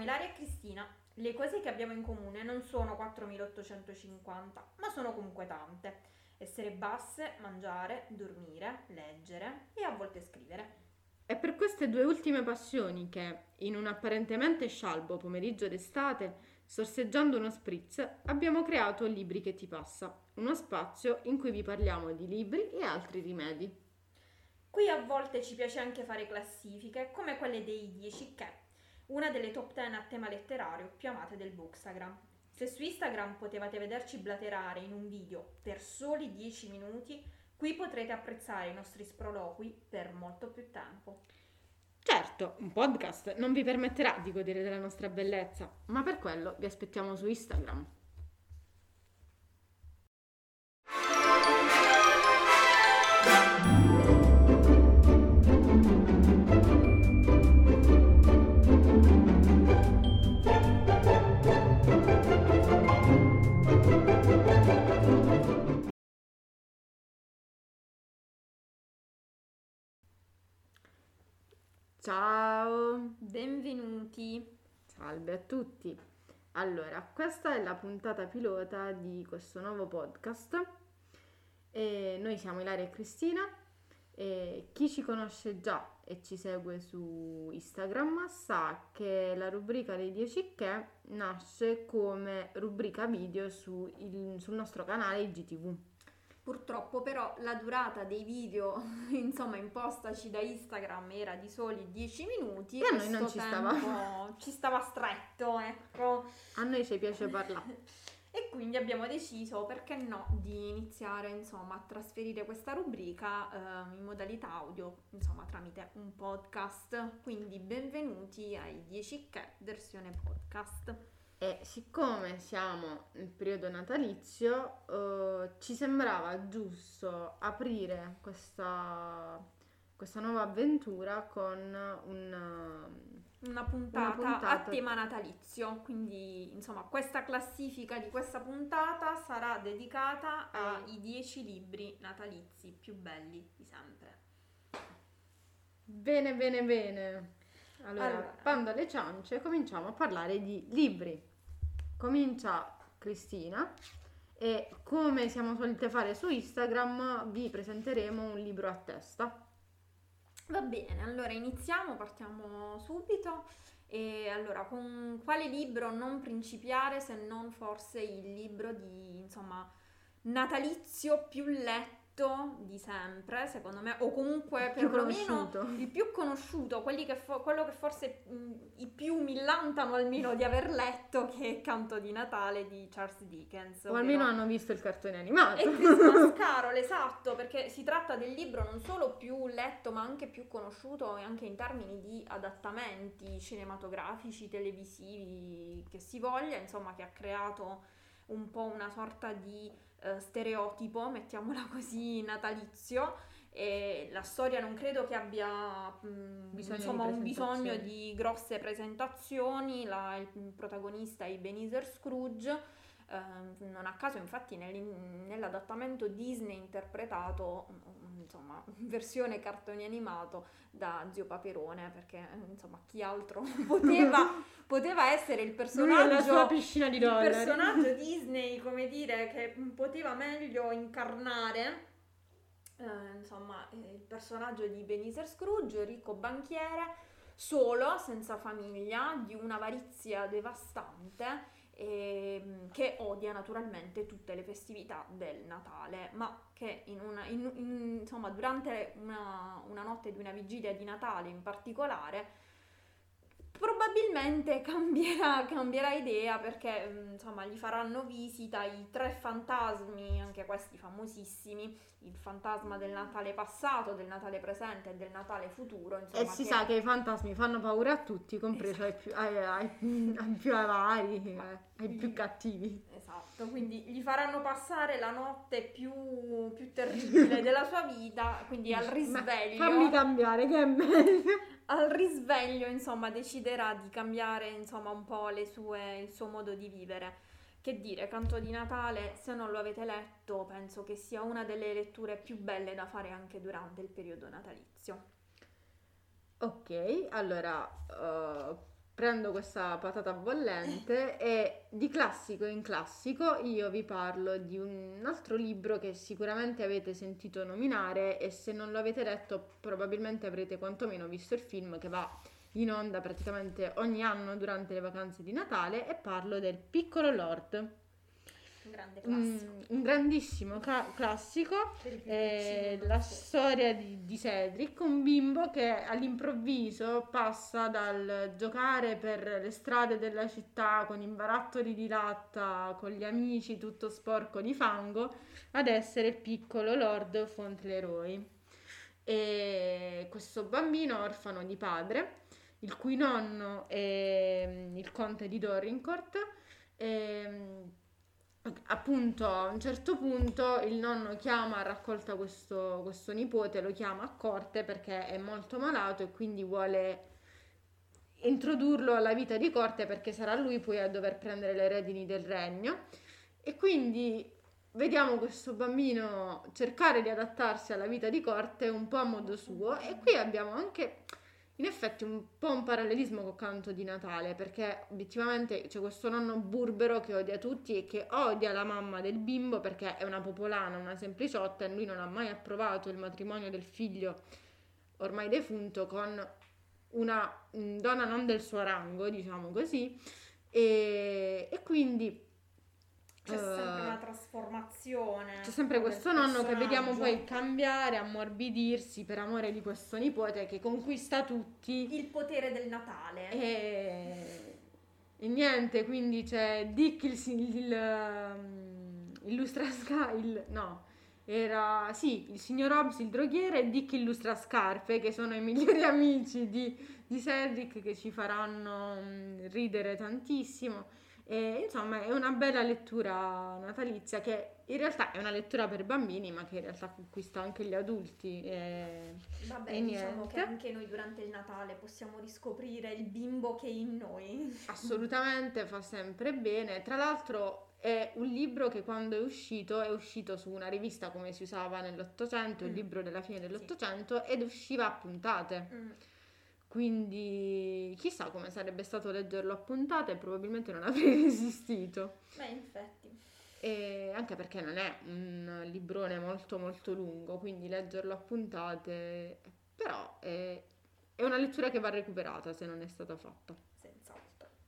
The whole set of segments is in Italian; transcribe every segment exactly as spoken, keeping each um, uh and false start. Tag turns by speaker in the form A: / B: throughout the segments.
A: Ilaria e Cristina. Le cose che abbiamo in comune non sono quattromilaottocentocinquanta, ma sono comunque tante. Essere basse, mangiare, dormire, leggere e a volte scrivere.
B: È per queste due ultime passioni che, in un apparentemente scialbo pomeriggio d'estate, sorseggiando uno spritz, abbiamo creato Libri che ti passa, uno spazio in cui vi parliamo di libri e altri rimedi.
A: Qui a volte ci piace anche fare classifiche, come quelle dei dieci che, una delle top dieci a tema letterario più amate del Bookstagram. Se su Instagram potevate vederci blaterare in un video per soli dieci minuti, qui potrete apprezzare i nostri sproloqui per molto più tempo.
B: Certo, un podcast non vi permetterà di godere della nostra bellezza, ma per quello vi aspettiamo su Instagram. Ciao!
A: Benvenuti!
B: Salve a tutti! Allora, questa è la puntata pilota di questo nuovo podcast. E noi siamo Ilaria e Cristina e chi ci conosce già e ci segue su Instagram sa che la rubrica dei dieci che nasce come rubrica video su il- sul nostro canale I G T V.
A: Purtroppo però la durata dei video, insomma, impostaci da Instagram era di soli dieci minuti
B: E a noi non
A: questo
B: ci stava.
A: tempo ci stava stretto, ecco.
B: A noi ci piace parlare.
A: E quindi abbiamo deciso, perché no, di iniziare, insomma, a trasferire questa rubrica ehm, in modalità audio, insomma, tramite un podcast. Quindi benvenuti ai dieci che versione podcast.
B: E siccome siamo nel periodo natalizio, eh, ci sembrava giusto aprire questa, questa nuova avventura con un,
A: Una puntata,
B: Una puntata-
A: a tema natalizio, quindi insomma questa classifica di questa puntata sarà dedicata
B: Ai-
A: ai dieci libri natalizi più belli di sempre.
B: Bene, bene, bene. Allora,
A: Allora.
B: bando alle ciance, cominciamo a parlare di libri. Comincia Cristina e come siamo solite fare su Instagram vi presenteremo un libro a testa.
A: Va bene, allora iniziamo, partiamo subito. E allora, con quale libro non principiare se non forse il libro di, insomma, natalizio più letto di sempre, secondo me, o comunque
B: Più
A: perlomeno
B: conosciuto.
A: il più conosciuto, quelli che fo- quello che forse mh, i più millantano almeno di aver letto, che è Canto di Natale di Charles Dickens.
B: O almeno
A: ovvero-
B: hanno visto il cartone animato.
A: e Christmas Carol, esatto, perché si tratta del libro non solo più letto ma anche più conosciuto e anche in termini di adattamenti cinematografici, televisivi, che si voglia, insomma, che ha creato un po' una sorta di eh, stereotipo, mettiamola così, natalizio. E la storia non credo che abbia mh,
B: Bisogno di
A: insomma un bisogno
B: presentazioni.
A: di grosse presentazioni. La- il protagonista è Ebenezer Scrooge. Eh, non a caso, infatti, nell'in- nell'adattamento Disney interpretato, mm, insomma, in versione cartone animato da Zio Paperone, perché insomma, chi altro poteva, poteva essere il
B: Lui
A: personaggio,
B: nella sua piscina di
A: il
B: dollari.
A: personaggio Disney, come dire, che poteva meglio incarnare. eh, insomma, eh, il personaggio di Ebenezer Scrooge, ricco banchiere, solo, senza famiglia, di un'avarizia devastante, ehm, che odia naturalmente tutte le festività del Natale, ma che in una, in- in- insomma, durante una, una notte di una vigilia di Natale in particolare probabilmente cambierà, cambierà idea, perché mm, insomma gli faranno visita i tre fantasmi, anche questi famosissimi, il fantasma del Natale passato, del Natale presente e del Natale futuro, insomma,
B: E si
A: che-
B: sa che i fantasmi fanno paura a tutti, compreso ai, più, ai, ai- ai più avari, eh, ai più cattivi.
A: Esatto, quindi gli faranno passare la notte più, più terribile della sua vita, quindi al
B: Ma
A: risveglio,
B: fammi cambiare, che è meglio.
A: al risveglio, insomma, deciderà di cambiare, insomma, un po' le sue, il suo modo di vivere. Che dire, Canto di Natale, se non lo avete letto, penso che sia una delle letture più belle da fare anche durante il periodo natalizio.
B: Ok, allora, eh, prendo questa patata bollente e di classico in classico io vi parlo di un altro libro che sicuramente avete sentito nominare e se non lo avete letto probabilmente avrete quantomeno visto il film che va in onda praticamente ogni anno durante le vacanze di Natale e parlo del Piccolo Lord.
A: Un grande classico.
B: Un, un grandissimo ca- classico, eh, la storia di, di Cedric, un bimbo che all'improvviso passa dal giocare per le strade della città con i barattoli di latta, con gli amici tutto sporco di fango, ad essere il piccolo Lord Fauntleroy. E questo bambino orfano di padre, il cui nonno è il conte di Dorincourt, e, appunto a un certo punto il nonno chiama a raccolta questo, questo nipote, lo chiama a corte perché è molto malato e quindi vuole introdurlo alla vita di corte perché sarà lui poi a dover prendere le redini del regno e quindi vediamo questo bambino cercare di adattarsi alla vita di corte un po' a modo suo e qui abbiamo anche in effetti un po' un parallelismo col canto di Natale, perché obiettivamente c'è questo nonno burbero che odia tutti e che odia la mamma del bimbo perché è una popolana, una sempliciotta e lui non ha mai approvato il matrimonio del figlio ormai defunto con una donna non del suo rango, diciamo così, e, e quindi
A: c'è sempre una trasformazione.
B: C'è sempre questo nonno che vediamo poi cambiare, ammorbidirsi per amore di questo nipote che conquista tutti.
A: Il potere del Natale.
B: E, e niente, quindi c'è Dick il, il, il, il lustrasca, il no, era sì, il signor Hobbs il droghiere e Dick il lustrascarpe che sono i migliori amici di, di Cedric che ci faranno ridere tantissimo. E, insomma è una bella lettura natalizia che in realtà è una lettura per bambini ma che in realtà conquista anche gli adulti e,
A: vabbè
B: e
A: diciamo che anche noi durante il Natale possiamo riscoprire il bimbo che è in noi.
B: Assolutamente, fa sempre bene. Tra l'altro è un libro che quando è uscito è uscito su una rivista come si usava nell'Ottocento, mm. il libro della fine dell'Ottocento sì. ed usciva a puntate mm. Quindi chissà come sarebbe stato leggerlo a puntate, probabilmente non avrei resistito.
A: Beh, infatti.
B: E anche perché non è un librone molto molto lungo, quindi leggerlo a puntate, però è, è una lettura che va recuperata se non è stata fatta.
A: Senz'altro.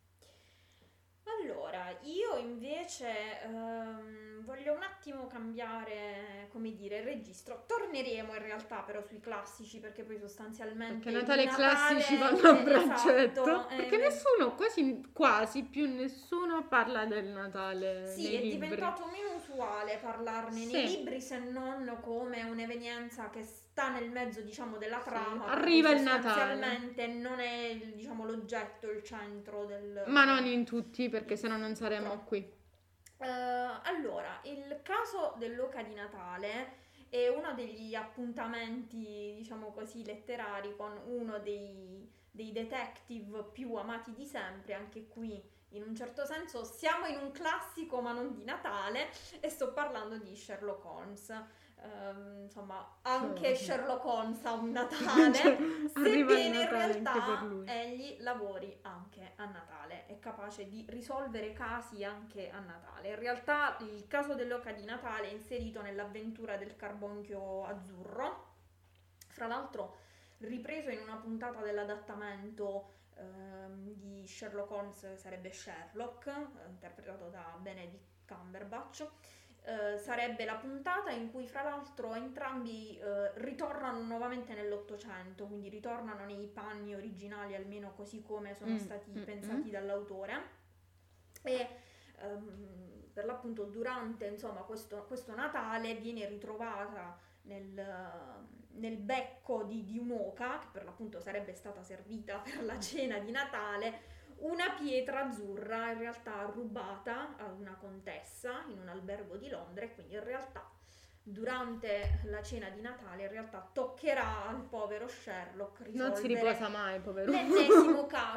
A: Allora, io invece um, voglio un attimo cambiare, come dire, il registro. Torneremo in realtà però sui classici perché poi sostanzialmente
B: perché Natale,
A: Natale
B: classici vanno a braccetto.
A: Esatto,
B: perché eh, nessuno, quasi quasi più nessuno parla del Natale.
A: Sì,
B: nei
A: è
B: libri.
A: diventato meno usuale parlarne
B: sì.
A: nei libri se non come un'evenienza che sta nel mezzo, diciamo, della trama.
B: Sì. Arriva il Natale.
A: Sostanzialmente non è, diciamo, l'oggetto, il centro del...
B: Ma non in tutti, perché sennò non saremmo no. qui.
A: Uh, allora, il caso dell'Oca di Natale è uno degli appuntamenti, diciamo così, letterari con uno dei, dei detective più amati di sempre, anche qui in un certo senso siamo in un classico ma non di Natale e sto parlando di Sherlock Holmes. Uh, insomma, anche sì. Sherlock Holmes ha un Natale, cioè, sebbene in realtà egli lavori anche a Natale, è capace di risolvere casi anche a Natale. In realtà il caso dell'Oca di Natale è inserito nell'avventura del carbonchio azzurro, fra l'altro ripreso in una puntata dell'adattamento ehm, di Sherlock Holmes, sarebbe Sherlock, eh, interpretato da Benedict Cumberbatch. Uh, sarebbe la puntata in cui fra l'altro entrambi uh, ritornano nuovamente nell'Ottocento, quindi ritornano nei panni originali almeno così come sono mm, stati mm, pensati mm. dall'autore e um, per l'appunto durante insomma questo, questo Natale viene ritrovata nel, nel becco di, di un'oca che per l'appunto sarebbe stata servita per la cena di Natale una pietra azzurra in realtà rubata a una contessa in un albergo di Londra e quindi in realtà durante la cena di Natale in realtà toccherà al povero Sherlock risolvere
B: non si riposa mai, povero
A: l'ennesimo caso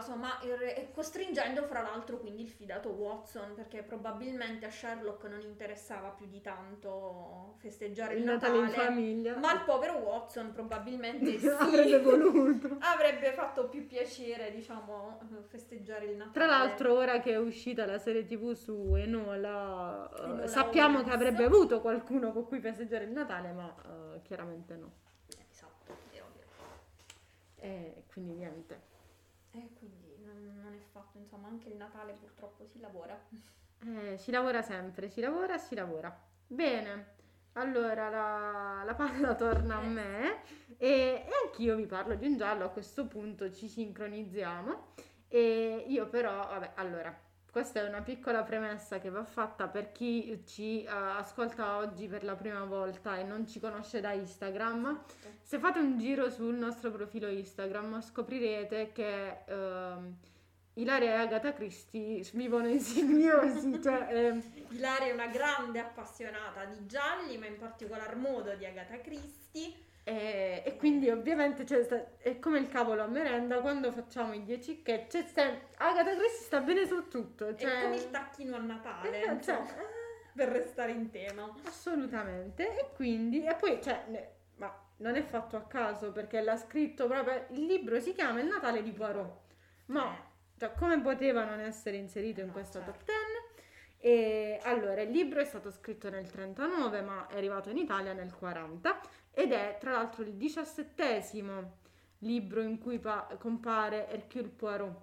A: caso, ma e costringendo fra l'altro quindi il fidato Watson, perché probabilmente a Sherlock non interessava più di tanto festeggiare il,
B: il Natale,
A: Natale
B: in famiglia,
A: ma il povero Watson probabilmente sì,
B: avrebbe voluto.
A: avrebbe fatto più piacere, diciamo, festeggiare il Natale.
B: Tra l'altro, ora che è uscita la serie tv su Enola, uh,
A: Enola
B: sappiamo
A: Holmes.
B: che avrebbe avuto qualcuno con cui festeggiare il Natale, ma uh, chiaramente no.
A: Esatto, è ovvio.
B: E quindi niente.
A: E quindi non, non è fatto, insomma, anche il Natale purtroppo si lavora.
B: Eh, si lavora sempre, si lavora, si lavora. Bene, allora la, la palla torna a
A: Eh.
B: me e, e anch'io vi parlo di un giallo, a questo punto ci sincronizziamo e io però, vabbè, allora, questa è una piccola premessa che va fatta per chi ci eh, ascolta oggi per la prima volta e non ci conosce da Instagram. Se fate un giro sul nostro profilo Instagram scoprirete che ehm, Ilaria e Agatha Christie vivono in simbiosi, cioè, ehm,
A: Ilaria è una grande appassionata di gialli, ma in particolar modo di Agatha Christie.
B: e, e quindi ovviamente cioè, sta- è come il cavolo a merenda quando facciamo i dieci che c'è sempre Agatha Christie sta bene su tutto, cioè,
A: È come il tacchino a Natale,
B: eh,
A: insomma,
B: cioè,
A: per restare in tema.
B: assolutamente. E quindi e poi cioè, ne- ma non è fatto a caso perché l'ha scritto proprio, il libro si chiama Il Natale di Poirot, ma cioè, come poteva non essere inserito in
A: No,
B: questa
A: certo.
B: top dieci? E allora, il libro è stato scritto nel trentanove, ma è arrivato in Italia nel quaranta ed è tra l'altro il diciassettesimo libro in cui pa- compare Hercule Poirot.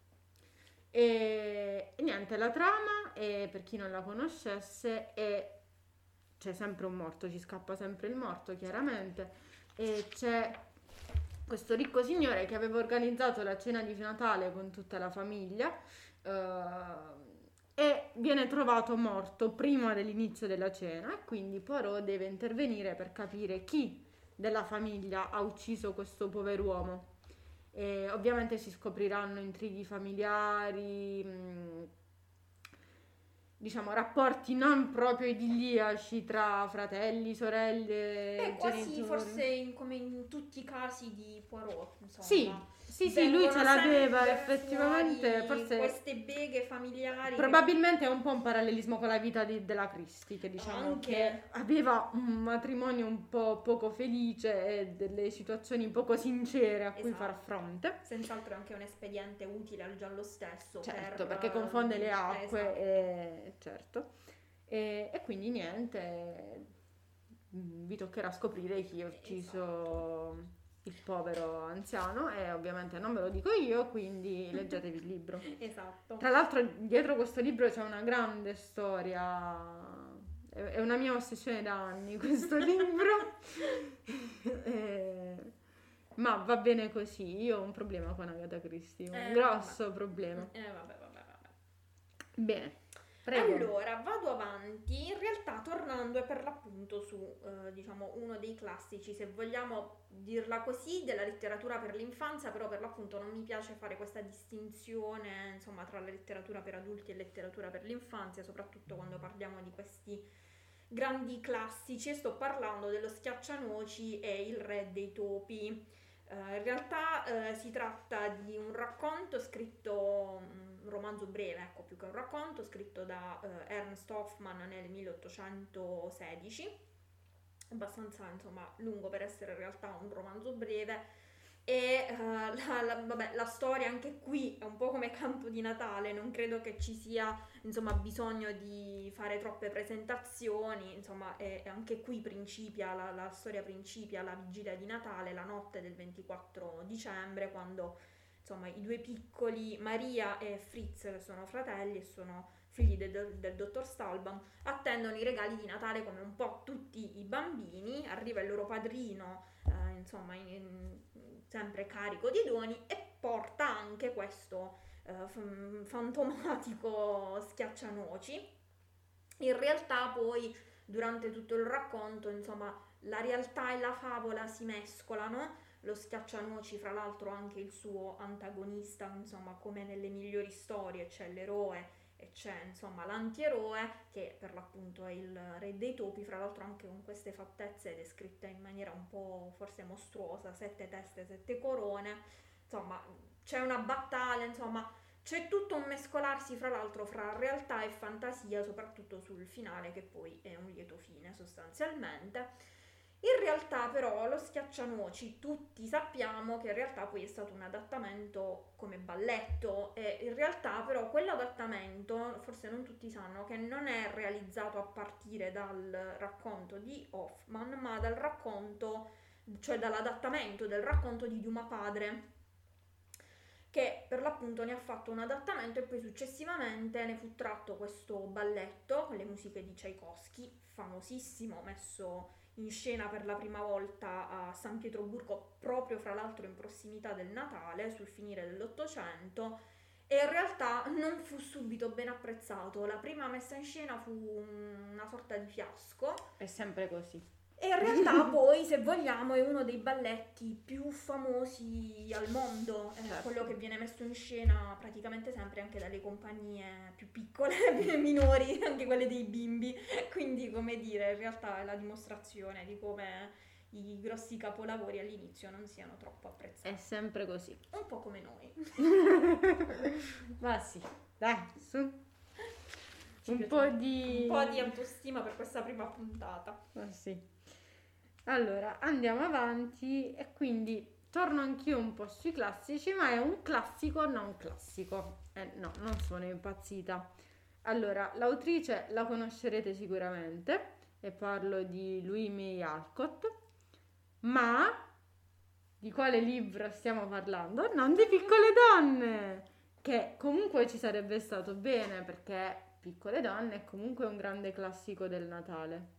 B: E, e niente, la trama, è, per chi non la conoscesse, è c'è sempre un morto, ci scappa sempre il morto, chiaramente, e c'è questo ricco signore che aveva organizzato la cena di Natale con tutta la famiglia eh, e viene trovato morto prima dell'inizio della cena e quindi Poirot deve intervenire per capire chi della famiglia ha ucciso questo pover'uomo. E ovviamente si scopriranno intrighi familiari, mh, diciamo rapporti non proprio idilliaci tra fratelli, sorelle,
A: È quasi
B: genitori.
A: forse in- come in tutti i casi di Poirot, insomma.
B: Sì, sì, sì, lui ce
A: Vengono
B: l'aveva
A: sempre
B: effettivamente,
A: fuori
B: forse
A: queste beghe familiari.
B: probabilmente è un po' un parallelismo con la vita di- della Christie, che diciamo
A: Anche.
B: che aveva un matrimonio un po' poco felice e delle situazioni poco sincere a cui
A: Esatto.
B: far fronte.
A: Che senz'altro è anche un espediente utile al giallo stesso.
B: Certo,
A: per,
B: perché confonde le
A: eh,
B: acque,
A: esatto.
B: e, certo. E, e quindi niente, mm, vi toccherà scoprire chi ha ucciso il povero anziano e ovviamente non ve lo dico io, quindi leggetevi il libro.
A: Esatto.
B: Tra l'altro dietro questo libro c'è una grande storia, è è una mia ossessione da anni questo libro. Eh, ma va bene così, io ho un problema con Agatha Christie, un
A: Eh,
B: grosso problema.
A: Eh, vabbè, vabbè, vabbè.
B: Bene, prego.
A: Allora, vado avanti, in realtà tornando per l'appunto su, eh, diciamo, uno dei classici, se vogliamo dirla così, della letteratura per l'infanzia, però per l'appunto non mi piace fare questa distinzione, insomma, tra la letteratura per adulti e letteratura per l'infanzia, soprattutto quando parliamo di questi grandi classici, e sto parlando dello Schiaccianoci e il Re dei Topi. Uh, in realtà uh, si tratta di un racconto scritto, un romanzo breve, ecco, più che un racconto, scritto da uh, Ernst Hoffmann nel milleottocentosedici, abbastanza insomma lungo per essere in realtà un romanzo breve. E uh, la, la, vabbè, la storia anche qui è un po' come Canto di Natale, non credo che ci sia insomma bisogno di fare troppe presentazioni, insomma è, è anche qui principia, la, la storia principia la vigilia di Natale, la notte del ventiquattro dicembre, quando insomma i due piccoli, Maria e Fritz, che sono fratelli e sono figli del, del dottor Stalban, attendono i regali di Natale come un po' tutti i bambini. Arriva il loro padrino, eh, insomma in, in, sempre carico di doni, e porta anche questo eh, f- fantomatico schiaccianoci. In realtà poi durante tutto il racconto, insomma, la realtà e la favola si mescolano. Lo Schiaccianoci, fra l'altro, ha anche il suo antagonista, insomma, come nelle migliori storie c'è l'eroe e c'è insomma l'antieroe, che per l'appunto è il Re dei Topi, fra l'altro anche con queste fattezze descritte in maniera un po' forse mostruosa, sette teste, sette corone, insomma c'è una battaglia, insomma, c'è tutto un mescolarsi fra l'altro fra realtà e fantasia, soprattutto sul finale, che poi è un lieto fine sostanzialmente. In realtà però lo Schiaccianoci tutti sappiamo che in realtà poi è stato un adattamento come balletto, e in realtà però quell'adattamento, forse non tutti sanno, che non è realizzato a partire dal racconto di Hoffman, ma dal racconto, cioè dall'adattamento del racconto di Dumas padre, che per l'appunto ne ha fatto un adattamento, e poi successivamente ne fu tratto questo balletto con le musiche di Tchaikovsky, famosissimo, messo in scena per la prima volta a San Pietroburgo, proprio fra l'altro in prossimità del Natale, sul finire dell'Ottocento, e in realtà non fu subito ben apprezzato. La prima messa in scena fu una sorta di fiasco.
B: È sempre così.
A: E in realtà poi, se vogliamo, è uno dei balletti più famosi al mondo, è
B: Certo.
A: quello che viene messo in scena praticamente sempre anche dalle compagnie più piccole, minori, anche quelle dei bimbi, quindi come dire, in realtà è la dimostrazione di come i grossi capolavori all'inizio non siano troppo apprezzati.
B: È sempre così.
A: Un po' come noi.
B: Ma sì, dai, su.
A: Ci
B: Un
A: piace
B: po' di...
A: un po' di autostima per questa prima puntata.
B: Ma sì. Allora, andiamo avanti e quindi torno anch'io un po' sui classici, ma è un classico non classico. Eh, no, non sono impazzita. Allora, l'autrice la conoscerete sicuramente, e parlo di Louise May Alcott, ma di quale libro stiamo parlando? Non di Piccole donne, che comunque ci sarebbe stato bene, perché Piccole donne è comunque un grande classico del Natale.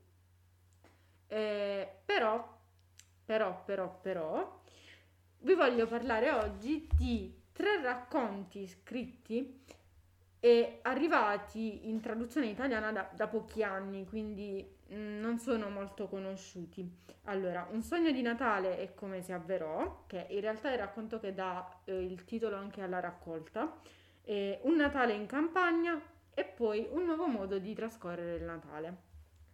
B: Eh, però, però, però, però, vi voglio parlare oggi di tre racconti scritti e arrivati in traduzione italiana da, da pochi anni, quindi mh, non sono molto conosciuti. Allora, Un sogno di Natale è come si avverò, che in realtà è il racconto che dà eh, il titolo anche alla raccolta, eh, Un Natale in campagna e poi Un nuovo modo di trascorrere il Natale.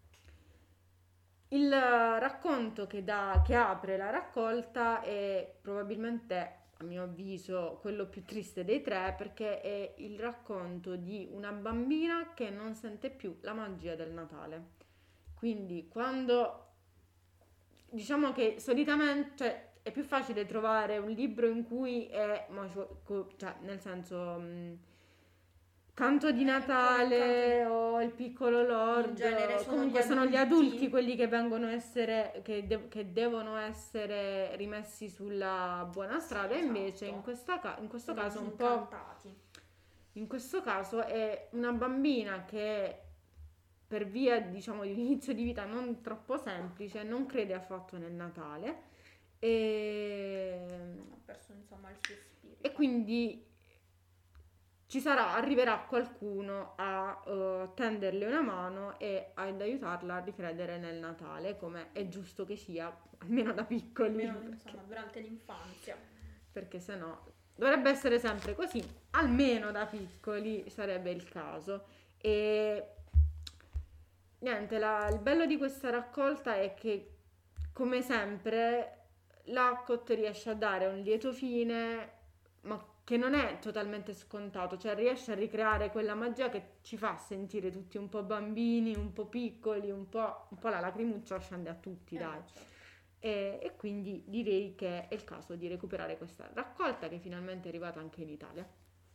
B: Il racconto che, dà, che apre la raccolta è probabilmente, a mio avviso, quello più triste dei tre, perché è il racconto di una bambina che non sente più la magia del Natale. Quindi quando, diciamo che solitamente, cioè, è più facile trovare un libro in cui è, cioè, nel senso... Mh, Canto di Natale o Il piccolo Lord,
A: in genere sono
B: comunque
A: gli
B: sono gli
A: adulti.
B: adulti quelli che vengono essere che, de- che devono essere rimessi sulla buona strada,
A: Sì,
B: e invece
A: esatto.
B: in, questa ca- in questo
A: Sono
B: caso un po'
A: disincantati.
B: in questo caso è una bambina che per via, diciamo, di un inizio di vita non troppo semplice non crede affatto nel Natale e,
A: Ha perso insomma il suo spirito.
B: e quindi ci sarà, arriverà qualcuno a uh, tenderle una mano e ad aiutarla a ricredere nel Natale, come è giusto che sia, almeno da piccoli.
A: Almeno,
B: perché,
A: insomma, durante l'infanzia.
B: perché se no dovrebbe essere sempre così, almeno da piccoli sarebbe il caso. E niente, la- il bello di questa raccolta è che, come sempre, l'Alcott riesce a dare un lieto fine, ma che non è totalmente scontato, cioè riesce a ricreare quella magia che ci fa sentire tutti un po' bambini, un po' piccoli, un po', un po' la lacrimuccia scende a tutti,
A: Eh,
B: dai.
A: certo.
B: E, e quindi direi che è il caso di recuperare questa raccolta, che finalmente è arrivata anche in Italia.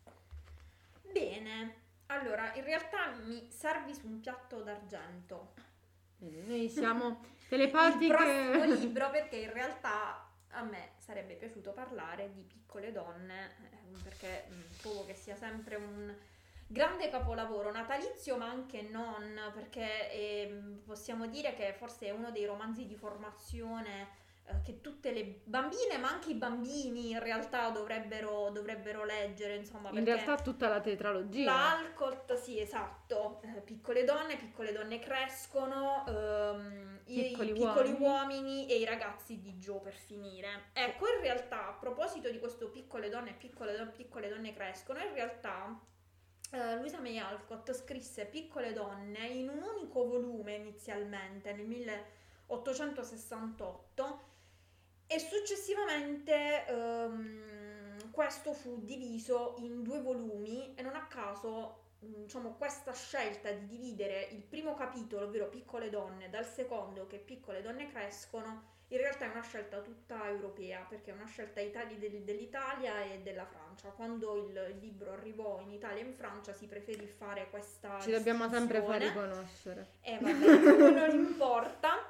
A: Bene, allora in realtà mi servi su un piatto d'argento
B: Bene, noi siamo
A: il
B: telepatiche.
A: prossimo libro, perché in realtà a me sarebbe piaciuto parlare di Piccole donne, eh, perché mh, trovo che sia sempre un grande capolavoro natalizio, ma anche non, perché ehm, possiamo dire che forse è uno dei romanzi di formazione eh, che tutte le bambine, ma anche i bambini in realtà dovrebbero, dovrebbero leggere, insomma,
B: In
A: perché
B: realtà tutta la tetralogia.
A: la Alcott, sì, esatto, eh, piccole donne, piccole donne crescono, ehm, i
B: Piccoli
A: i piccoli
B: uomini.
A: uomini e i ragazzi di Joe, per finire. Ecco, in realtà, a proposito di questo piccole donne, piccole, don- piccole donne crescono, in realtà eh, Louisa May Alcott scrisse Piccole donne in un unico volume inizialmente nel milleottocentosessantotto, e successivamente ehm, questo fu diviso in due volumi e non a caso, mh, diciamo, questa scelta di dividere il primo capitolo, ovvero Piccole donne, dal secondo, che Piccole donne crescono, in realtà è una scelta tutta europea, perché è una scelta itali- del- dell'Italia e della Francia. Quando il, il libro arrivò in Italia e in Francia si preferì fare questa
B: Ci dobbiamo sempre far
A: distinzione.
B: riconoscere.
A: E vabbè, non importa.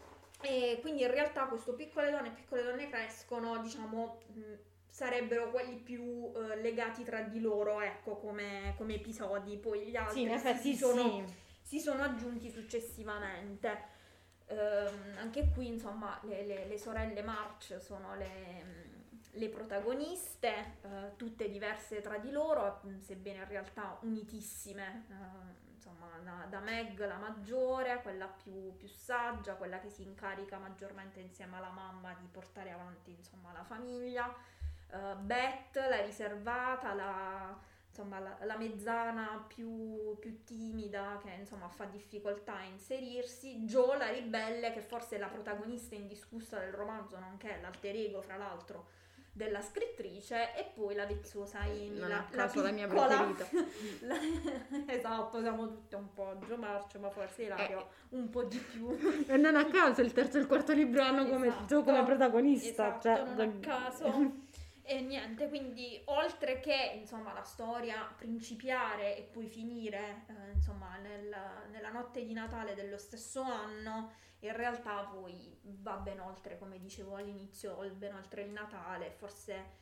A: E quindi in realtà questo Piccole donne e Piccole donne crescono, diciamo, mh, sarebbero quelli più eh, legati tra di loro, ecco, come, come episodi. Poi gli altri
B: Sì, in
A: si,
B: effetti
A: si sono,
B: sì.
A: si sono aggiunti successivamente. Ehm, anche qui, insomma, le, le- le sorelle March sono le, mh, le protagoniste, eh, tutte diverse tra di loro, mh, sebbene in realtà unitissime. eh, insomma, da, da Meg la maggiore, quella più, più saggia, quella che si incarica maggiormente insieme alla mamma di portare avanti, insomma, la famiglia. eh, Beth, la riservata, la, insomma, la, la mezzana più, più timida, che insomma fa difficoltà a inserirsi. Jo, la ribelle, che forse è la protagonista indiscussa del romanzo, nonché l'alter ego, fra l'altro, della scrittrice. E poi la vezzosa Amy,
B: Non
A: la,
B: a caso
A: la
B: la mia
A: piccola.
B: preferita.
A: La- esatto, siamo tutte un po' Jo March, ma forse Ilario
B: Eh.
A: un po' di più.
B: E non a caso il terzo e il quarto libro hanno come
A: Esatto.
B: Gio come protagonista.
A: Esatto,
B: cioè,
A: non a caso. E niente, quindi oltre che insomma la storia principiare e poi finire eh, insomma nel- nella notte di Natale dello stesso anno, in realtà poi va ben oltre, come dicevo all'inizio, ben oltre il Natale, forse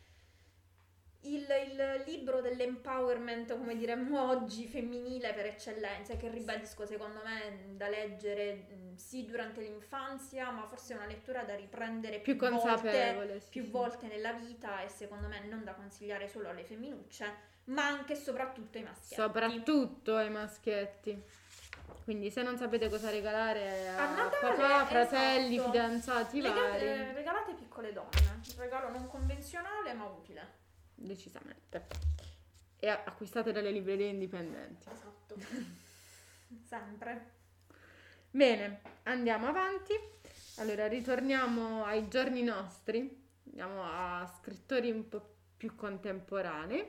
A: il, il libro dell'empowerment, come diremmo oggi, femminile per eccellenza, che ribadisco secondo me da leggere mh, sì durante l'infanzia, ma forse è una lettura da riprendere
B: più
A: più volte,
B: consapevole. Sì,
A: più
B: sì.
A: volte nella vita, e secondo me non da consigliare solo alle femminucce, ma anche e soprattutto ai maschietti.
B: Soprattutto ai maschietti. Quindi se non sapete cosa regalare a,
A: A Natale,
B: papà, fratelli,
A: esatto.
B: fidanzati
A: Lega-
B: vari,
A: eh, regalate Piccole donne, un regalo non convenzionale ma utile.
B: decisamente. E a- acquistate dalle librerie indipendenti.
A: Esatto. Sempre.
B: Bene, andiamo avanti. Allora, ritorniamo ai giorni nostri. Andiamo a scrittori un po' più contemporanei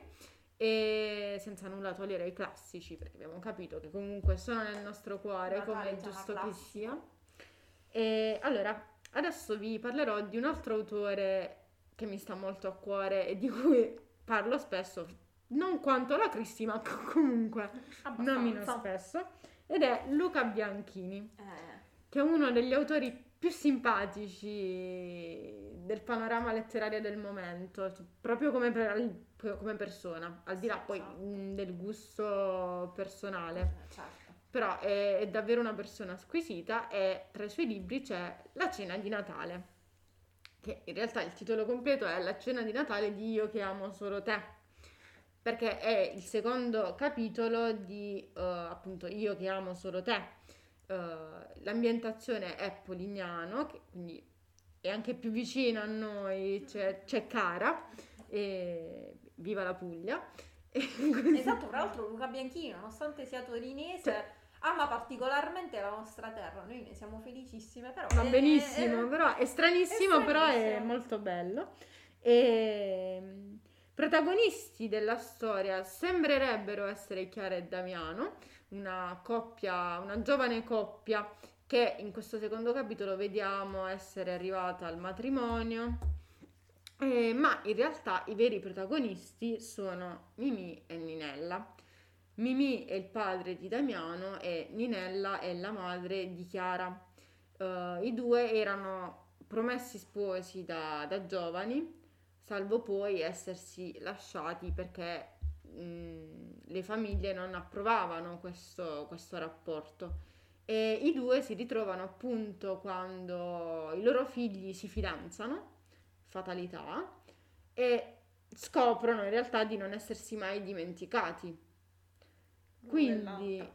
B: e senza nulla togliere ai classici, perché abbiamo capito che comunque sono nel nostro cuore,
A: Natale
B: come è
A: chiama
B: giusto che
A: classico.
B: sia. E allora, adesso vi parlerò di un altro autore che mi sta molto a cuore e di cui parlo spesso, non quanto la Cristi, ma comunque non meno
A: Abbastanza.
B: spesso, ed è Luca Bianchini,
A: Eh,
B: che è uno degli autori più simpatici del panorama letterario del momento, cioè, proprio come, per- come persona, al di là
A: Sì,
B: poi
A: esatto.
B: mh, del gusto personale.
A: eh, certo.
B: Però è, è davvero una persona squisita e tra i suoi libri c'è La cena di Natale, che in realtà il titolo completo è La cena di Natale di Io che amo solo te, perché è il secondo capitolo di eh, appunto Io che amo solo te. Eh, l'ambientazione è Polignano, che quindi è anche più vicino a noi, c'è, c'è Cara, e viva la Puglia.
A: Esatto, tra l'altro Luca Bianchini, nonostante sia torinese,
B: Cioè,
A: ama particolarmente la nostra terra. Noi ne siamo felicissime, però
B: va
A: è-
B: benissimo,
A: è-
B: però è stranissimo,
A: è
B: però è
A: stranissimo.
B: molto bello. E mh, protagonisti della storia sembrerebbero essere Chiara e Damiano, una coppia, una giovane coppia che in questo secondo capitolo vediamo essere arrivata al matrimonio. Eh, ma in realtà i veri protagonisti sono Mimì e Ninella. Mimì è il padre di Damiano e Ninella è la madre di Chiara. Eh, I due erano promessi sposi da, da giovani, salvo poi essersi lasciati perché mh, le famiglie non approvavano questo, questo rapporto. E i due si ritrovano appunto quando i loro figli si fidanzano, fatalità, e scoprono in realtà di non essersi mai dimenticati. Quindi,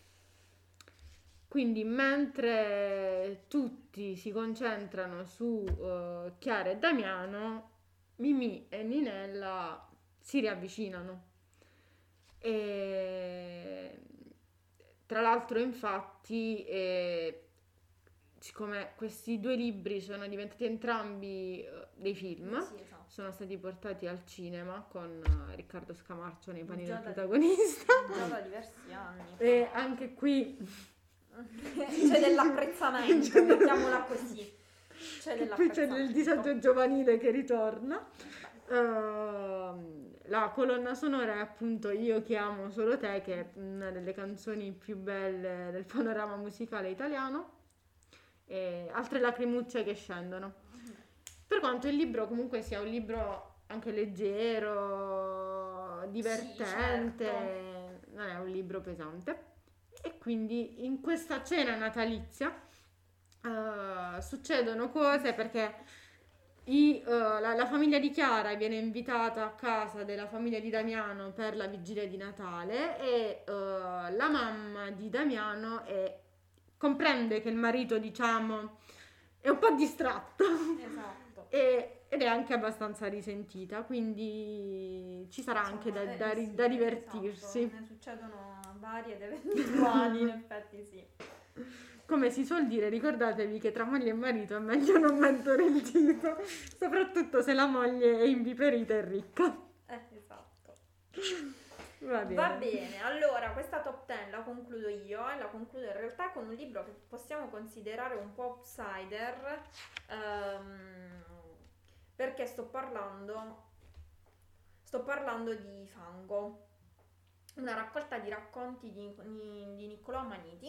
B: quindi mentre tutti si concentrano su eh, Chiara e Damiano, Mimì e Ninella si riavvicinano. E tra l'altro, infatti, eh, siccome questi due libri sono diventati entrambi eh, dei film,
A: Sì, esatto.
B: sono stati portati al cinema con eh, Riccardo Scamarcio nei panni
A: Già
B: del
A: da-
B: protagonista.
A: Già da diversi anni.
B: E anche qui
A: C'è dell'apprezzamento, mettiamola così. C'è
B: che qui c'è del
A: dell'apprezzamento.
B: disagio giovanile che ritorna. Ehm, la colonna sonora è appunto Io che amo solo te, che è una delle canzoni più belle del panorama musicale italiano, e altre lacrimucce che scendono. Per quanto il libro comunque sia un libro anche leggero, divertente,
A: certo.
B: non è un libro pesante. E quindi in questa cena natalizia eh, succedono cose, perché i, eh, la, la famiglia di Chiara viene invitata a casa della famiglia di Damiano per la vigilia di Natale, e eh, la mamma di Damiano è- comprende che il marito, diciamo, è un po' distratto
A: Esatto.
B: e- ed è anche abbastanza risentita, quindi ci sarà anche da,
A: Insomma,
B: da
A: eh,
B: ri-
A: sì,
B: da divertirsi.
A: esatto. Ne succedono varie ed eventuali, in effetti sì.
B: Come si suol dire, ricordatevi che tra moglie e marito è meglio non mettere il dito, soprattutto se la moglie è inviperita e ricca.
A: Eh, esatto.
B: Va bene.
A: Va bene, allora questa top dieci la concludo io e la concludo in realtà con un libro che possiamo considerare un po' outsider, ehm, perché sto parlando, sto parlando di Fango, una raccolta di racconti di, di, di Niccolò Amaniti,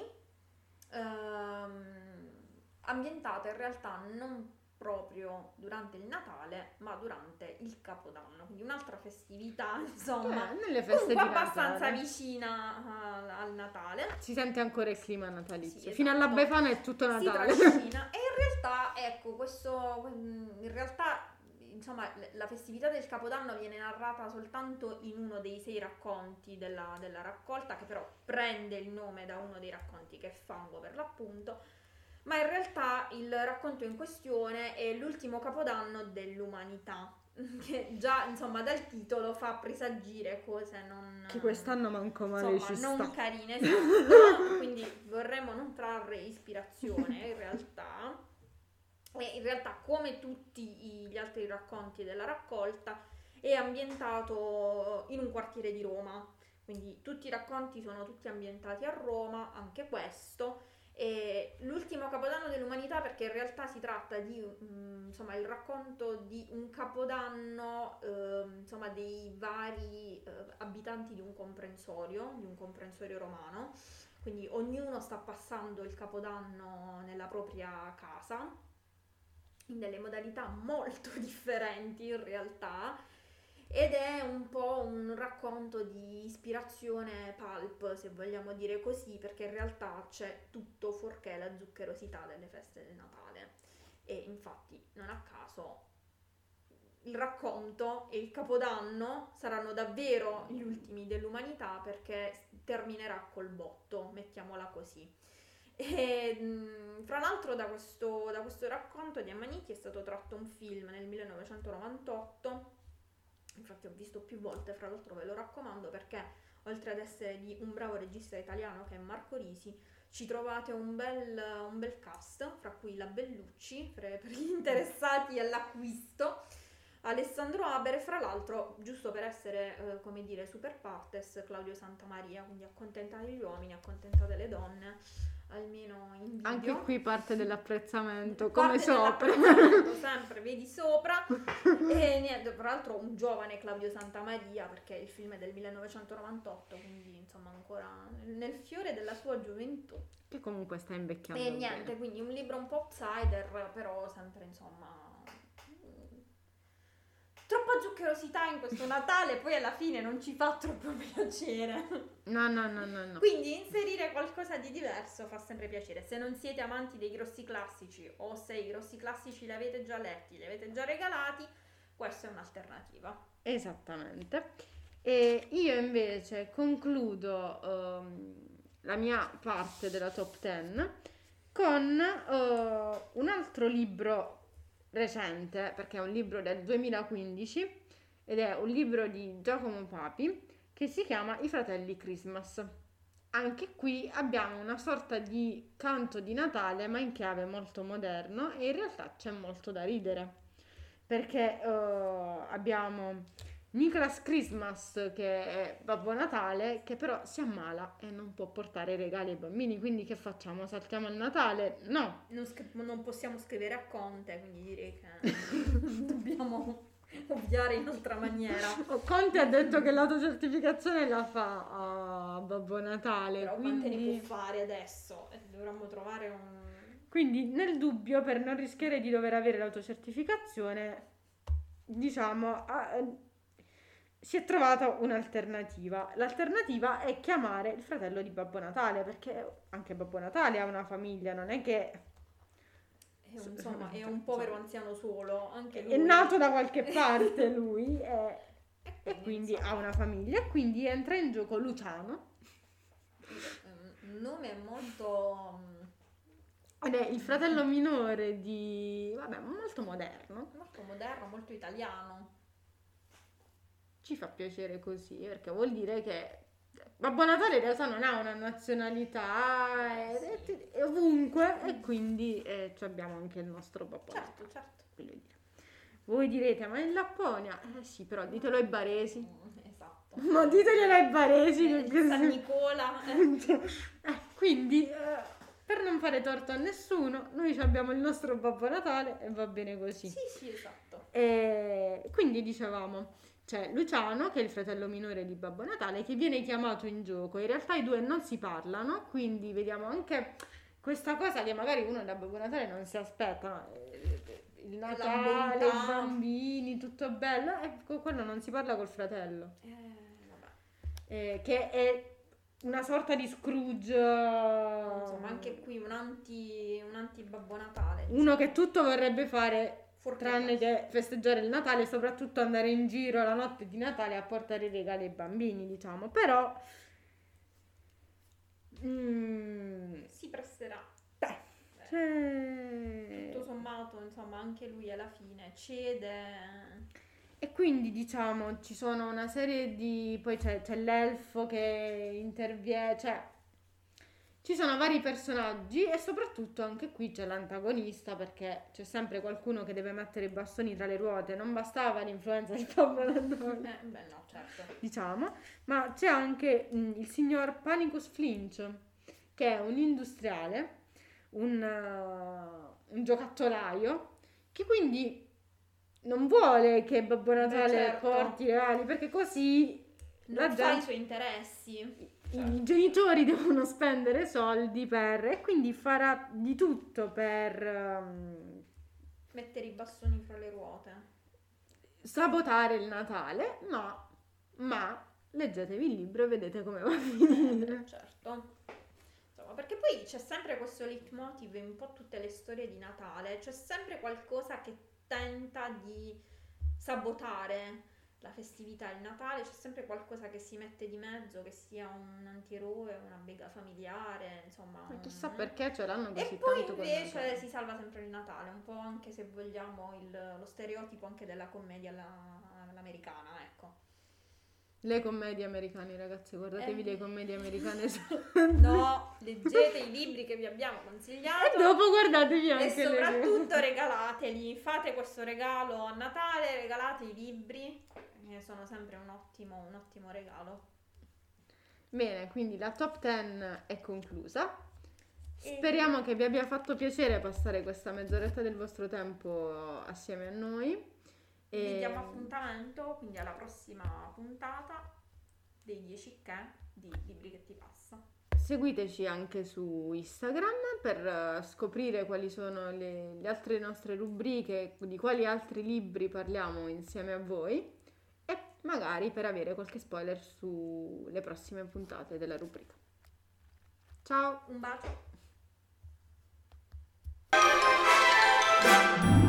A: ehm, ambientata in realtà non proprio durante il Natale, ma durante il Capodanno, quindi un'altra festività, insomma,
B: Eh, nelle feste
A: comunque
B: di
A: abbastanza
B: Natale
A: vicina al, al Natale.
B: si sente ancora il clima natalizio.
A: Sì,
B: Fino alla
A: esatto.
B: Befana è tutto
A: Si
B: Natale.
A: trascina e in realtà, ecco, questo in realtà, insomma, la festività del Capodanno viene narrata soltanto in uno dei sei racconti della, della raccolta, che però prende il nome da uno dei racconti, che è Fango per l'appunto. Ma in realtà il racconto in questione è l'ultimo Capodanno dell'umanità, che già, insomma, dal titolo fa presagire cose non...
B: Che quest'anno manco male
A: insomma,
B: ci
A: non
B: sta.
A: carine, esatto. Quindi vorremmo non trarre ispirazione, in realtà. E in realtà, come tutti gli altri racconti della raccolta, è ambientato in un quartiere di Roma. Quindi tutti i racconti sono tutti ambientati a Roma, anche questo. E l'ultimo Capodanno dell'umanità, perché in realtà si tratta di mm, insomma il racconto di un capodanno eh, insomma dei vari eh, abitanti di un comprensorio, di un comprensorio romano, quindi ognuno sta passando il Capodanno nella propria casa in delle modalità molto differenti in realtà. Ed è un po' un racconto di ispirazione pulp, se vogliamo dire così, perché in realtà c'è tutto fuorché la zuccherosità delle feste del Natale. E infatti, non a caso, il racconto e il Capodanno saranno davvero gli ultimi dell'umanità, perché terminerà col botto, mettiamola così. E mh, fra l'altro da questo, da questo racconto di Amaniti è stato tratto un film nel millenovecentonovantotto. Infatti ho visto più volte, fra l'altro ve lo raccomando, perché oltre ad essere di un bravo regista italiano che è Marco Risi, ci trovate un bel, un bel cast, fra cui la Bellucci, per, per gli interessati all'acquisto, Alessandro Haber e fra l'altro, giusto per essere, eh, come dire, super partes, Claudio Santamaria, quindi accontentate gli uomini, accontentate le donne, almeno in video.
B: Anche qui parte dell'apprezzamento, come
A: Parte
B: sopra.
A: dell'apprezzamento, sempre vedi sopra. E niente, tra l'altro un giovane Claudio Santamaria, perché il film è del millenovecentonovantotto, quindi insomma ancora nel, nel fiore della sua gioventù.
B: Che comunque sta invecchiando
A: E niente,
B: bene.
A: quindi un libro un po' outsider, però sempre insomma troppa zuccherosità in questo Natale, poi alla fine non ci fa troppo piacere.
B: No, no, no, no, no.
A: Quindi inserire qualcosa di diverso fa sempre piacere. Se non siete amanti dei grossi classici, o se i grossi classici li avete già letti, li avete già regalati, questa è un'alternativa.
B: Esattamente. E io invece concludo ehm, la mia parte della top dieci con eh, un altro libro recente, perché è un libro del duemilaquindici ed è un libro di Giacomo Papi che si chiama I fratelli Christmas. anche qui abbiamo una sorta di canto di Natale, ma in chiave molto moderno, e in realtà c'è molto da ridere, perché eh, abbiamo Nicholas Christmas, che è Babbo Natale, che però si ammala e non può portare i regali ai bambini, quindi che facciamo? Saltiamo il Natale? No.
A: Non, scri- non possiamo scrivere a Conte, quindi direi che dobbiamo ovviare in altra maniera.
B: Oh, Conte ha detto che l'autocertificazione la fa a Babbo Natale,
A: Però quante ne
B: quindi...
A: può fare adesso? Eh, dovremmo trovare un...
B: Quindi nel dubbio, per non rischiare di dover avere l'autocertificazione, diciamo, ha- si è trovata un'alternativa. L'alternativa è chiamare il fratello di Babbo Natale, perché anche Babbo Natale ha una famiglia, non è che
A: È un, insomma, è un povero anziano solo, anche lui.
B: è nato da qualche parte lui e,
A: E
B: e quindi
A: insomma,
B: ha una famiglia, e quindi entra in gioco Luciano,
A: un nome molto
B: ed è il fratello minore di... vabbè, molto moderno.
A: molto moderno, molto italiano.
B: Ci fa piacere così, perché vuol dire che Babbo Natale in realtà non ha una nazionalità, è,
A: Sì.
B: è- è ovunque, e quindi eh, ci abbiamo anche il nostro Babbo Natale.
A: Certo, certo.
B: Voglio dire. Voi direte, ma in Lapponia? Eh sì, però ditelo ai baresi.
A: Mm, esatto.
B: Ma diteglielo ai baresi.
A: Eh,
B: che-
A: San Nicola. eh.
B: Eh, quindi, eh, per non fare torto a nessuno, noi ci abbiamo il nostro Babbo Natale e va bene così.
A: Sì, sì, esatto.
B: E quindi dicevamo, c'è Luciano, che è il fratello minore di Babbo Natale, che viene chiamato in gioco. In realtà i due non si parlano, quindi vediamo anche questa cosa che magari uno da Babbo Natale non si aspetta, no? Eh, il
A: La
B: Natale, i
A: bontà.
B: bambini, tutto bello, e con quello non si parla col fratello,
A: Eh, vabbè.
B: eh, che è una sorta di Scrooge,
A: Insomma, anche qui un anti, un anti Babbo Natale.
B: uno che tutto vorrebbe fare
A: Fuorché
B: tranne
A: questo.
B: che festeggiare il Natale, e soprattutto andare in giro la notte di Natale a portare i regali ai bambini, diciamo. Però mm,
A: Si presserà.
B: beh, c'è-
A: Tutto sommato, insomma, anche lui alla fine cede.
B: e quindi diciamo ci sono una serie di... poi c'è, c'è l'elfo che interviene, cioè ci sono vari personaggi, e soprattutto anche qui c'è l'antagonista, perché c'è sempre qualcuno che deve mettere i bastoni tra le ruote. Non bastava l'influenza di Babbo Natale,
A: Eh, beh, no, certo.
B: diciamo, ma c'è anche mh, il signor Panicus Flinch, che è un industriale, un, uh, un giocattolaio, che quindi non vuole che Babbo Natale
A: certo.
B: porti i regali, perché così la
A: Non fa
B: gente...
A: i suoi interessi.
B: i genitori devono spendere soldi per... e quindi farà di tutto per um,
A: Mettere i bastoni fra le ruote.
B: sabotare il Natale, ma, ma leggetevi il libro e vedete come va a finire.
A: Certo. Insomma, perché poi c'è sempre questo leitmotiv in un po' tutte le storie di Natale, c'è sempre qualcosa che tenta di sabotare la festività, il Natale, c'è sempre qualcosa che si mette di mezzo, che sia un antieroe, una bega familiare, insomma.
B: Ma
A: un-
B: chissà perché ce l'hanno
A: E
B: così
A: poi
B: tanto con
A: invece
B: Natale.
A: si salva sempre il Natale, un po' anche se vogliamo il- lo stereotipo anche della commedia alla- all'americana, ecco.
B: Le commedie americane, ragazzi, guardatevi
A: Eh.
B: le commedie americane su-
A: No, leggete i libri che vi abbiamo consigliato.
B: e dopo guardatevi
A: E
B: anche le...
A: soprattutto regalateli, fate questo regalo a Natale, regalate i libri, che sono sempre un ottimo, un ottimo regalo.
B: Bene, quindi la top dieci è conclusa.
A: E-
B: Speriamo che vi abbia fatto piacere passare questa mezz'oretta del vostro tempo assieme a noi.
A: Vi
B: E...
A: diamo appuntamento quindi alla prossima puntata dei dieci che di Libri che ti passa.
B: Seguiteci anche su Instagram per eh, scoprire quali sono le, le altre nostre rubriche, di quali altri libri parliamo insieme a voi, e magari per avere qualche spoiler sulle prossime puntate della rubrica. Ciao!
A: Un bacio.